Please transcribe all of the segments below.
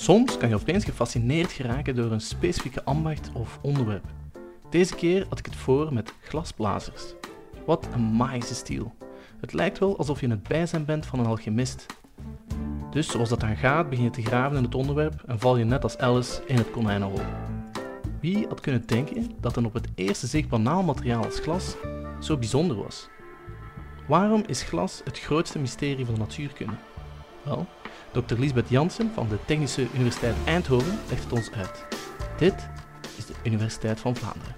Soms kan je opeens gefascineerd geraken door een specifieke ambacht of onderwerp. Deze keer had ik het voor met glasblazers. Wat een magische stiel. Het lijkt wel alsof je in het bijzijn bent van een alchemist. Dus zoals dat dan gaat, begin je te graven in het onderwerp en val je net als Alice in het konijnenhol. Wie had kunnen denken dat een op het eerste zicht banaal materiaal als glas zo bijzonder was? Waarom is glas het grootste mysterie van de natuurkunde? Wel, Dr. Liesbeth Jansen van de Technische Universiteit Eindhoven legt het ons uit. Dit is de Universiteit van Vlaanderen.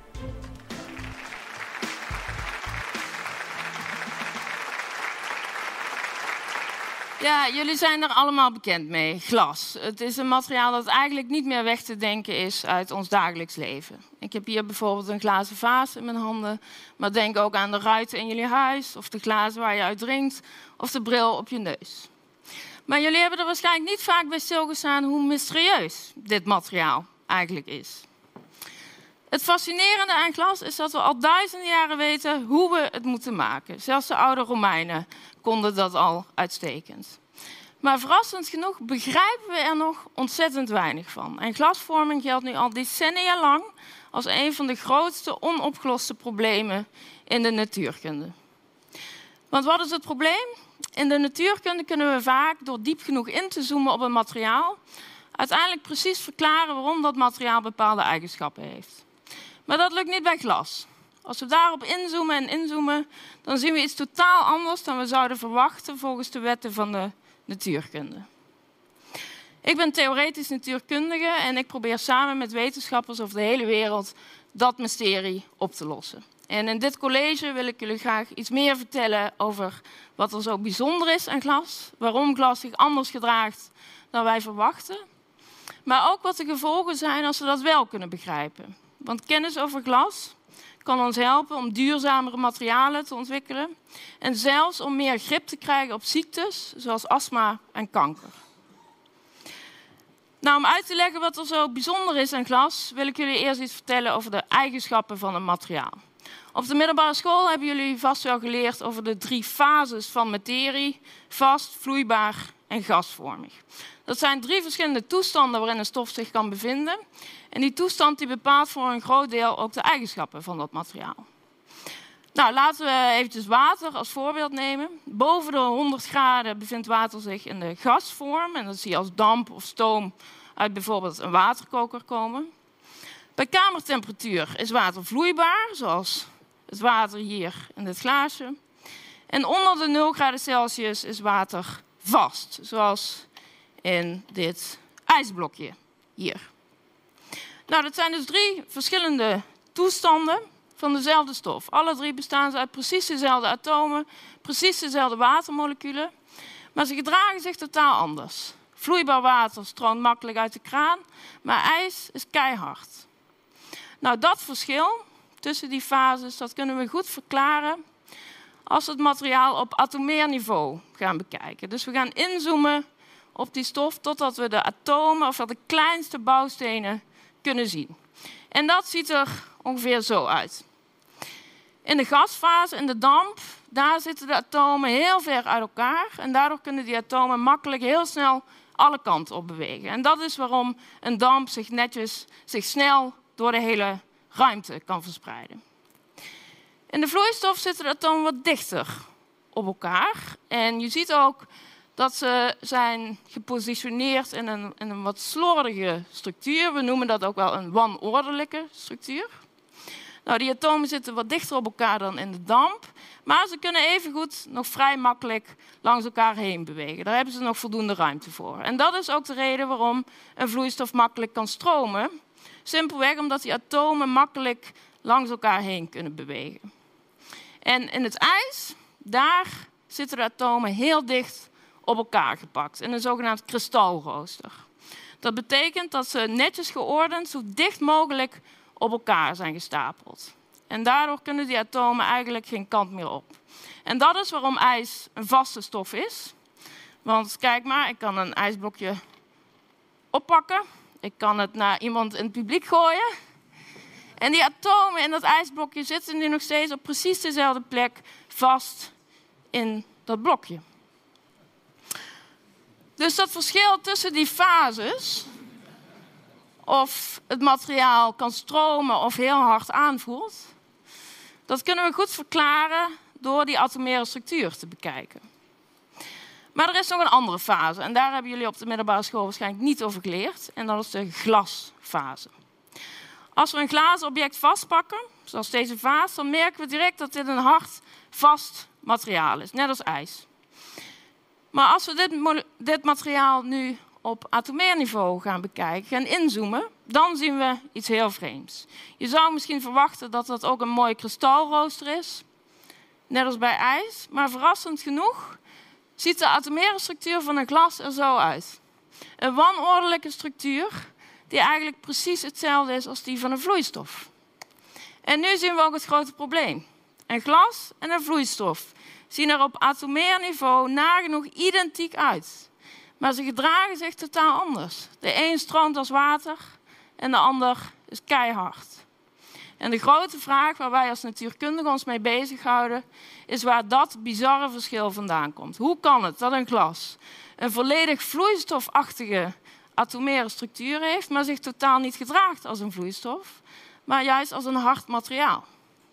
Ja, jullie zijn er allemaal bekend mee. Glas. Het is een materiaal dat eigenlijk niet meer weg te denken is uit ons dagelijks leven. Ik heb hier bijvoorbeeld een glazen vaas in mijn handen. Maar denk ook aan de ruiten in jullie huis, of de glazen waar je uit drinkt, of de bril op je neus. Maar jullie hebben er waarschijnlijk niet vaak bij stilgestaan hoe mysterieus dit materiaal eigenlijk is. Het fascinerende aan glas is dat we al duizenden jaren weten hoe we het moeten maken. Zelfs de oude Romeinen konden dat al uitstekend. Maar verrassend genoeg begrijpen we er nog ontzettend weinig van. En glasvorming geldt nu al decennia lang als een van de grootste onopgeloste problemen in de natuurkunde. Want wat is het probleem? In de natuurkunde kunnen we vaak, door diep genoeg in te zoomen op een materiaal, uiteindelijk precies verklaren waarom dat materiaal bepaalde eigenschappen heeft. Maar dat lukt niet bij glas. Als we daarop inzoomen, dan zien we iets totaal anders dan we zouden verwachten volgens de wetten van de natuurkunde. Ik ben theoretisch natuurkundige en ik probeer samen met wetenschappers over de hele wereld dat mysterie op te lossen. En in dit college wil ik jullie graag iets meer vertellen over wat er zo bijzonder is aan glas, waarom glas zich anders gedraagt dan wij verwachten, maar ook wat de gevolgen zijn als we dat wel kunnen begrijpen. Want kennis over glas kan ons helpen om duurzamere materialen te ontwikkelen en zelfs om meer grip te krijgen op ziektes zoals astma en kanker. Nou, om uit te leggen wat er zo bijzonder is aan glas, wil ik jullie eerst iets vertellen over de eigenschappen van een materiaal. Op de middelbare school hebben jullie vast wel geleerd over de 3 fases van materie: vast, vloeibaar en gasvormig. Dat zijn 3 verschillende toestanden waarin een stof zich kan bevinden. En die toestand die bepaalt voor een groot deel ook de eigenschappen van dat materiaal. Nou, laten we eventjes water als voorbeeld nemen. Boven de 100 graden bevindt water zich in de gasvorm. En dat zie je als damp of stoom uit bijvoorbeeld een waterkoker komen. Bij kamertemperatuur is water vloeibaar, zoals het water hier in dit glaasje. En onder de 0 graden Celsius is water vast, zoals in dit ijsblokje hier. Nou, dat zijn dus 3 verschillende toestanden van dezelfde stof. Alle 3 bestaan ze uit precies dezelfde atomen, precies dezelfde watermoleculen, maar ze gedragen zich totaal anders. Vloeibaar water stroomt makkelijk uit de kraan, maar ijs is keihard. Nou, dat verschil tussen die fases, dat kunnen we goed verklaren als we het materiaal op atomair niveau gaan bekijken. Dus we gaan inzoomen op die stof totdat we de atomen of de kleinste bouwstenen kunnen zien. En dat ziet er ongeveer zo uit. In de gasfase, in de damp, daar zitten de atomen heel ver uit elkaar. En daardoor kunnen die atomen makkelijk heel snel alle kanten op bewegen. En dat is waarom een damp zich snel door de hele ruimte kan verspreiden. In de vloeistof zitten de atomen wat dichter op elkaar. En je ziet ook dat ze zijn gepositioneerd in een wat slordige structuur. We noemen dat ook wel een wanordelijke structuur. Nou, die atomen zitten wat dichter op elkaar dan in de damp. Maar ze kunnen evengoed nog vrij makkelijk langs elkaar heen bewegen. Daar hebben ze nog voldoende ruimte voor. En dat is ook de reden waarom een vloeistof makkelijk kan stromen. Simpelweg omdat die atomen makkelijk langs elkaar heen kunnen bewegen. En in het ijs, daar zitten de atomen heel dicht op elkaar gepakt in een zogenaamd kristalrooster. Dat betekent dat ze netjes geordend zo dicht mogelijk op elkaar zijn gestapeld. En daardoor kunnen die atomen eigenlijk geen kant meer op. En dat is waarom ijs een vaste stof is. Want kijk maar, ik kan een ijsblokje oppakken. Ik kan het naar iemand in het publiek gooien. En die atomen in dat ijsblokje zitten nu nog steeds op precies dezelfde plek vast in dat blokje. Dus dat verschil tussen die fases, of het materiaal kan stromen of heel hard aanvoelt, dat kunnen we goed verklaren door die atomaire structuur te bekijken. Maar er is nog een andere fase en daar hebben jullie op de middelbare school waarschijnlijk niet over geleerd. En dat is de glasfase. Als we een glazen object vastpakken, zoals deze vaas, dan merken we direct dat dit een hard, vast materiaal is, net als ijs. Maar als we dit materiaal nu op atomair niveau gaan bekijken, gaan inzoomen, dan zien we iets heel vreemds. Je zou misschien verwachten dat dat ook een mooi kristalrooster is, net als bij ijs, maar verrassend genoeg ziet de atomaire structuur van een glas er zo uit. Een wanordelijke structuur die eigenlijk precies hetzelfde is als die van een vloeistof. En nu zien we ook het grote probleem. Een glas en een vloeistof zien er op atomair niveau nagenoeg identiek uit. Maar ze gedragen zich totaal anders. De een stroomt als water en de ander is keihard. En de grote vraag waar wij als natuurkundigen ons mee bezighouden, is waar dat bizarre verschil vandaan komt. Hoe kan het dat een glas een volledig vloeistofachtige atomaire structuur heeft, maar zich totaal niet gedraagt als een vloeistof, maar juist als een hard materiaal?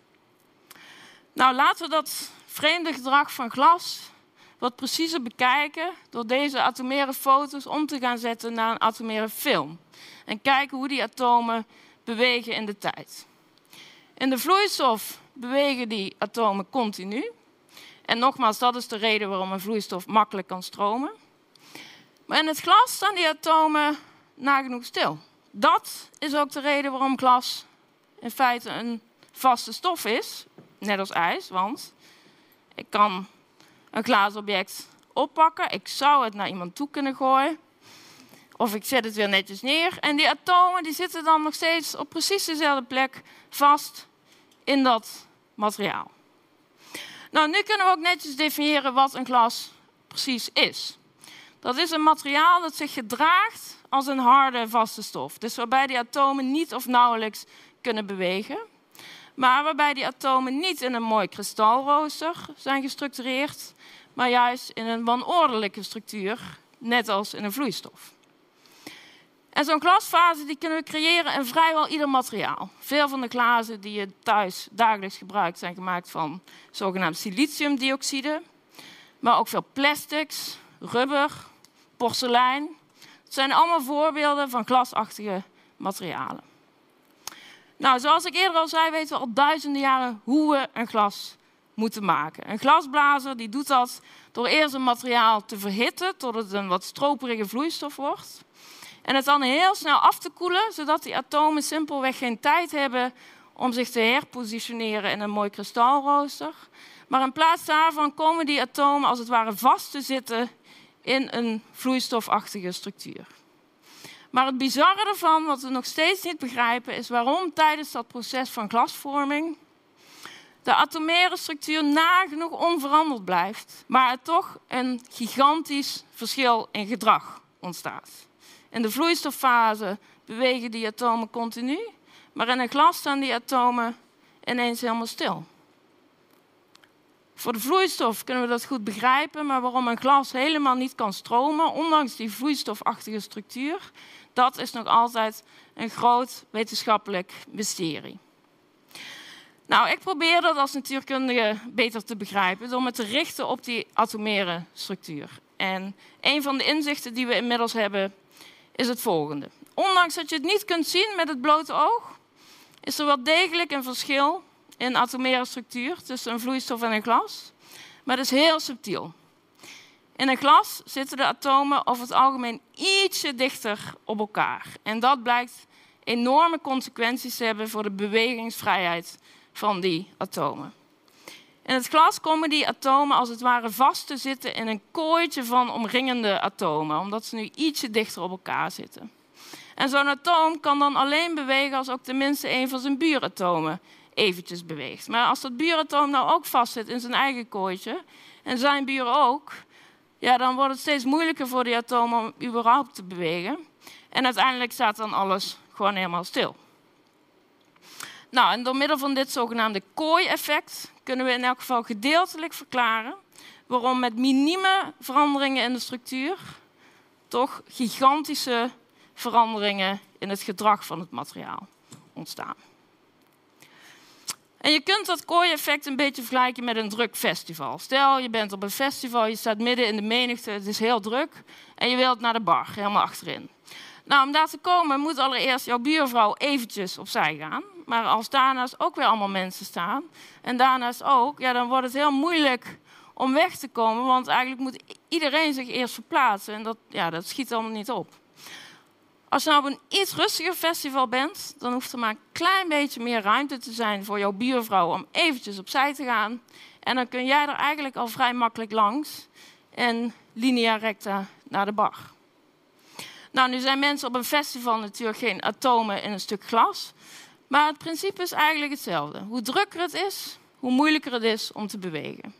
Nou, laten we dat vreemde gedrag van glas wat preciezer bekijken door deze atomaire foto's om te gaan zetten naar een atomaire film. En kijken hoe die atomen bewegen in de tijd. In de vloeistof bewegen die atomen continu. En nogmaals, dat is de reden waarom een vloeistof makkelijk kan stromen. Maar in het glas staan die atomen nagenoeg stil. Dat is ook de reden waarom glas in feite een vaste stof is, net als ijs, want ik kan een glazen object oppakken, ik zou het naar iemand toe kunnen gooien, of ik zet het weer netjes neer en die atomen die zitten dan nog steeds op precies dezelfde plek vast in dat materiaal. Nou, nu kunnen we ook netjes definiëren wat een glas precies is. Dat is een materiaal dat zich gedraagt als een harde, vaste stof. Dus waarbij die atomen niet of nauwelijks kunnen bewegen. Maar waarbij die atomen niet in een mooi kristalrooster zijn gestructureerd, maar juist in een wanordelijke structuur, net als in een vloeistof. En zo'n glasfase die kunnen we creëren in vrijwel ieder materiaal. Veel van de glazen die je thuis dagelijks gebruikt zijn gemaakt van zogenaamd siliciumdioxide. Maar ook veel plastics, rubber, porselein. Het zijn allemaal voorbeelden van glasachtige materialen. Nou, zoals ik eerder al zei, weten we al duizenden jaren hoe we een glas moeten maken. Een glasblazer die doet dat door eerst een materiaal te verhitten tot het een wat stroperige vloeistof wordt. En het dan heel snel af te koelen, zodat die atomen simpelweg geen tijd hebben om zich te herpositioneren in een mooi kristalrooster. Maar in plaats daarvan komen die atomen als het ware vast te zitten in een vloeistofachtige structuur. Maar het bizarre ervan, wat we nog steeds niet begrijpen, is waarom tijdens dat proces van glasvorming de atomaire structuur nagenoeg onveranderd blijft, maar er toch een gigantisch verschil in gedrag ontstaat. In de vloeistoffase bewegen die atomen continu, maar in een glas staan die atomen ineens helemaal stil. Voor de vloeistof kunnen we dat goed begrijpen, maar waarom een glas helemaal niet kan stromen, ondanks die vloeistofachtige structuur, dat is nog altijd een groot wetenschappelijk mysterie. Nou, ik probeer dat als natuurkundige beter te begrijpen door me te richten op die atomaire structuur. En een van de inzichten die we inmiddels hebben is het volgende. Ondanks dat je het niet kunt zien met het blote oog, is er wel degelijk een verschil in atomaire structuur tussen een vloeistof en een glas. Maar dat is heel subtiel. In een glas zitten de atomen over het algemeen ietsje dichter op elkaar. En dat blijkt enorme consequenties te hebben voor de bewegingsvrijheid van die atomen. In het glas komen die atomen als het ware vast te zitten in een kooitje van omringende atomen, omdat ze nu ietsje dichter op elkaar zitten. En zo'n atoom kan dan alleen bewegen als ook tenminste een van zijn buuratomen eventjes beweegt. Maar als dat buuratoom nou ook vastzit in zijn eigen kooitje, en zijn buren ook, ja, dan wordt het steeds moeilijker voor die atomen om überhaupt te bewegen. En uiteindelijk staat dan alles gewoon helemaal stil. Nou, en door middel van dit zogenaamde kooi-effect kunnen we in elk geval gedeeltelijk verklaren waarom met minieme veranderingen in de structuur toch gigantische veranderingen in het gedrag van het materiaal ontstaan. En je kunt dat kooi-effect een beetje vergelijken met een druk festival. Stel, je bent op een festival, je staat midden in de menigte, het is heel druk en je wilt naar de bar, helemaal achterin. Nou, om daar te komen moet allereerst jouw buurvrouw eventjes opzij gaan. Maar als daarnaast ook weer allemaal mensen staan en daarnaast ook, ja, dan wordt het heel moeilijk om weg te komen, want eigenlijk moet iedereen zich eerst verplaatsen en dat schiet allemaal niet op. Als je nou op een iets rustiger festival bent, dan hoeft er maar een klein beetje meer ruimte te zijn voor jouw buurvrouw om eventjes opzij te gaan. En dan kun jij er eigenlijk al vrij makkelijk langs en linea recta naar de bar. Nou, nu zijn mensen op een festival natuurlijk geen atomen in een stuk glas. Maar het principe is eigenlijk hetzelfde. Hoe drukker het is, hoe moeilijker het is om te bewegen.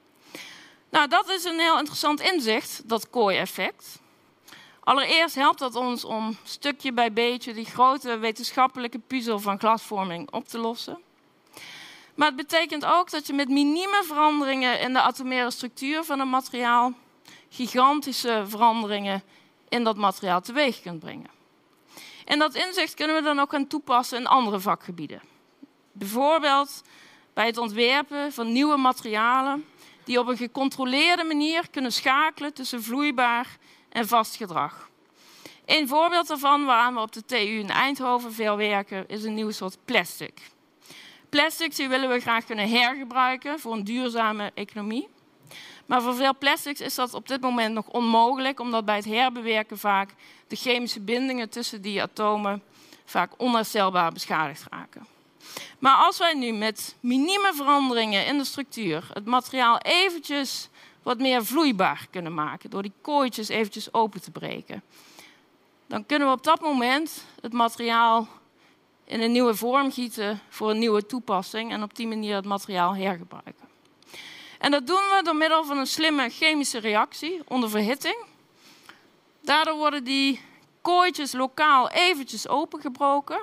Nou, dat is een heel interessant inzicht, dat kooi-effect. Allereerst helpt dat ons om stukje bij beetje die grote wetenschappelijke puzzel van glasvorming op te lossen. Maar het betekent ook dat je met minieme veranderingen in de atomaire structuur van een materiaal gigantische veranderingen in dat materiaal teweeg kunt brengen. En dat inzicht kunnen we dan ook gaan toepassen in andere vakgebieden. Bijvoorbeeld bij het ontwerpen van nieuwe materialen die op een gecontroleerde manier kunnen schakelen tussen vloeibaar en vast gedrag. Een voorbeeld daarvan, waaraan we op de TU in Eindhoven veel werken, is een nieuw soort plastic. Plastics die willen we graag kunnen hergebruiken voor een duurzame economie. Maar voor veel plastics is dat op dit moment nog onmogelijk, omdat bij het herbewerken vaak de chemische bindingen tussen die atomen vaak onherstelbaar beschadigd raken. Maar als wij nu met minieme veranderingen in de structuur het materiaal eventjes wat meer vloeibaar kunnen maken, door die kooitjes eventjes open te breken, dan kunnen we op dat moment het materiaal in een nieuwe vorm gieten voor een nieuwe toepassing en op die manier het materiaal hergebruiken. En dat doen we door middel van een slimme chemische reactie onder verhitting. Daardoor worden die kooitjes lokaal eventjes opengebroken.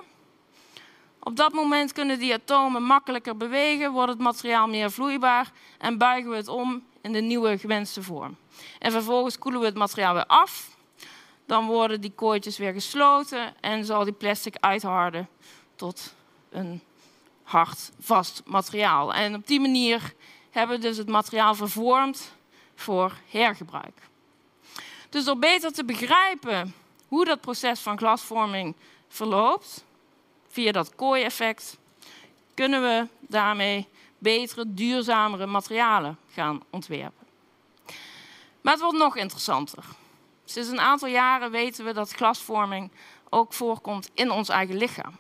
Op dat moment kunnen die atomen makkelijker bewegen, wordt het materiaal meer vloeibaar en buigen we het om in de nieuwe gewenste vorm. En vervolgens koelen we het materiaal weer af. Dan worden die kooitjes weer gesloten en zal die plastic uitharden tot een hard, vast materiaal. En op die manier hebben we dus het materiaal vervormd voor hergebruik. Dus door beter te begrijpen hoe dat proces van glasvorming verloopt, via dat kooi-effect, kunnen we daarmee betere, duurzamere materialen gaan ontwerpen. Maar het wordt nog interessanter. Sinds een aantal jaren weten we dat glasvorming ook voorkomt in ons eigen lichaam.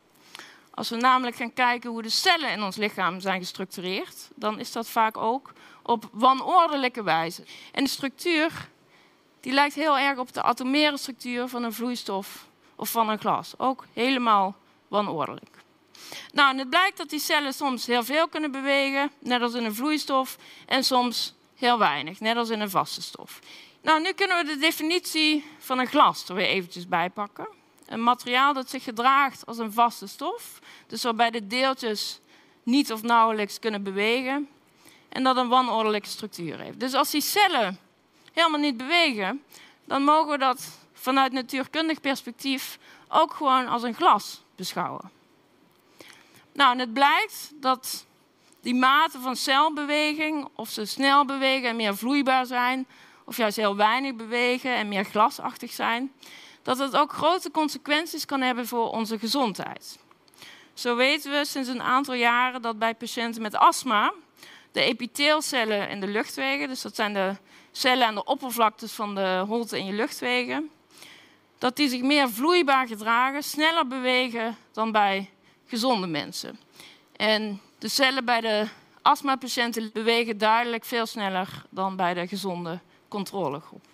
Als we namelijk gaan kijken hoe de cellen in ons lichaam zijn gestructureerd, dan is dat vaak ook op wanordelijke wijze. En de structuur die lijkt heel erg op de atomaire structuur van een vloeistof of van een glas. Ook helemaal wanordelijk. Nou, en het blijkt dat die cellen soms heel veel kunnen bewegen, net als in een vloeistof, en soms heel weinig, net als in een vaste stof. Nou, nu kunnen we de definitie van een glas er weer eventjes bij pakken. Een materiaal dat zich gedraagt als een vaste stof, dus waarbij de deeltjes niet of nauwelijks kunnen bewegen en dat een wanordelijke structuur heeft. Dus als die cellen helemaal niet bewegen, dan mogen we dat vanuit natuurkundig perspectief ook gewoon als een glas beschouwen. Nou, en het blijkt dat die maten van celbeweging, of ze snel bewegen en meer vloeibaar zijn, of juist heel weinig bewegen en meer glasachtig zijn, dat het ook grote consequenties kan hebben voor onze gezondheid. Zo weten we sinds een aantal jaren dat bij patiënten met astma de epiteelcellen in de luchtwegen, dus dat zijn de cellen aan de oppervlaktes van de holte in je luchtwegen, dat die zich meer vloeibaar gedragen, sneller bewegen dan bij gezonde mensen. En de cellen bij de astmapatiënten bewegen duidelijk veel sneller dan bij de gezonde controlegroep.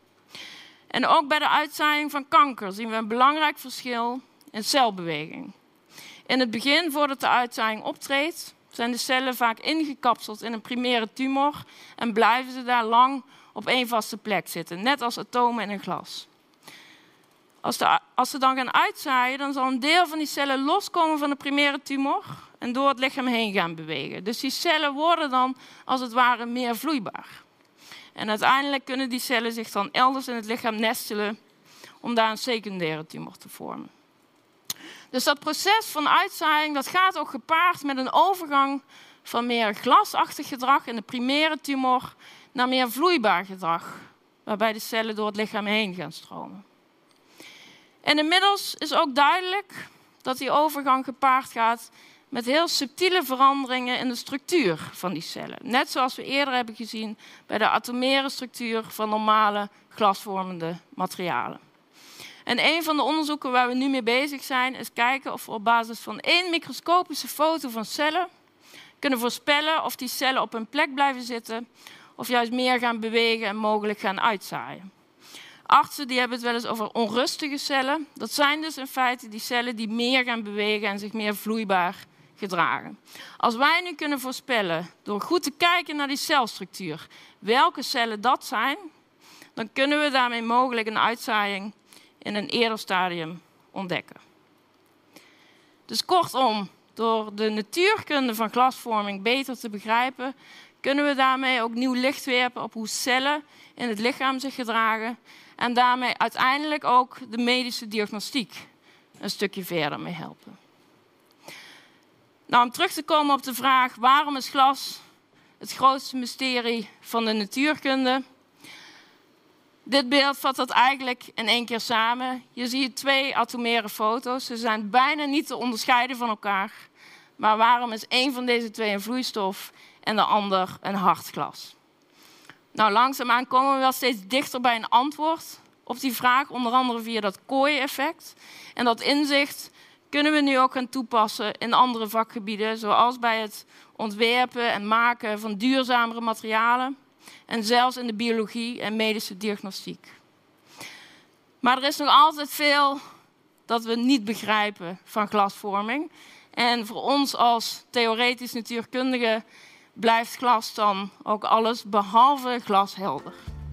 En ook bij de uitzaaiing van kanker zien we een belangrijk verschil in celbeweging. In het begin, voordat de uitzaaiing optreedt, zijn de cellen vaak ingekapseld in een primaire tumor en blijven ze daar lang op één vaste plek zitten, net als atomen in een glas. Als ze dan gaan uitzaaien, dan zal een deel van die cellen loskomen van de primaire tumor en door het lichaam heen gaan bewegen. Dus die cellen worden dan als het ware meer vloeibaar. En uiteindelijk kunnen die cellen zich dan elders in het lichaam nestelen om daar een secundaire tumor te vormen. Dus dat proces van uitzaaiing dat gaat ook gepaard met een overgang van meer glasachtig gedrag in de primaire tumor naar meer vloeibaar gedrag, waarbij de cellen door het lichaam heen gaan stromen. En inmiddels is ook duidelijk dat die overgang gepaard gaat met heel subtiele veranderingen in de structuur van die cellen. Net zoals we eerder hebben gezien bij de atomaire structuur van normale glasvormende materialen. En een van de onderzoeken waar we nu mee bezig zijn is kijken of we op basis van 1 microscopische foto van cellen kunnen voorspellen of die cellen op hun plek blijven zitten of juist meer gaan bewegen en mogelijk gaan uitzaaien. Artsen die hebben het wel eens over onrustige cellen. Dat zijn dus in feite die cellen die meer gaan bewegen en zich meer vloeibaar gedragen. Als wij nu kunnen voorspellen, door goed te kijken naar die celstructuur, welke cellen dat zijn, dan kunnen we daarmee mogelijk een uitzaaiing in een eerder stadium ontdekken. Dus kortom, door de natuurkunde van glasvorming beter te begrijpen, kunnen we daarmee ook nieuw licht werpen op hoe cellen in het lichaam zich gedragen en daarmee uiteindelijk ook de medische diagnostiek een stukje verder mee helpen. Nou, om terug te komen op de vraag waarom is glas het grootste mysterie van de natuurkunde? Dit beeld vat dat eigenlijk in 1 keer samen. Je ziet 2 atomaire foto's. Ze zijn bijna niet te onderscheiden van elkaar. Maar waarom is 1 van deze 2 een vloeistof en de ander een hard glas? Nou, langzaamaan komen we wel steeds dichter bij een antwoord op die vraag, onder andere via dat kooi-effect. En dat inzicht kunnen we nu ook gaan toepassen in andere vakgebieden, zoals bij het ontwerpen en maken van duurzamere materialen en zelfs in de biologie en medische diagnostiek. Maar er is nog altijd veel dat we niet begrijpen van glasvorming. En voor ons als theoretisch natuurkundigen blijft glas dan ook alles behalve glashelder.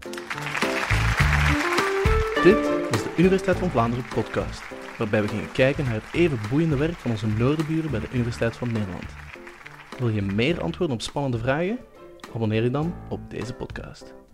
Dit was de Universiteit van Vlaanderen podcast, waarbij we gingen kijken naar het even boeiende werk van onze noorderburen bij de Universiteit van Nederland. Wil je meer antwoorden op spannende vragen? Abonneer je dan op deze podcast.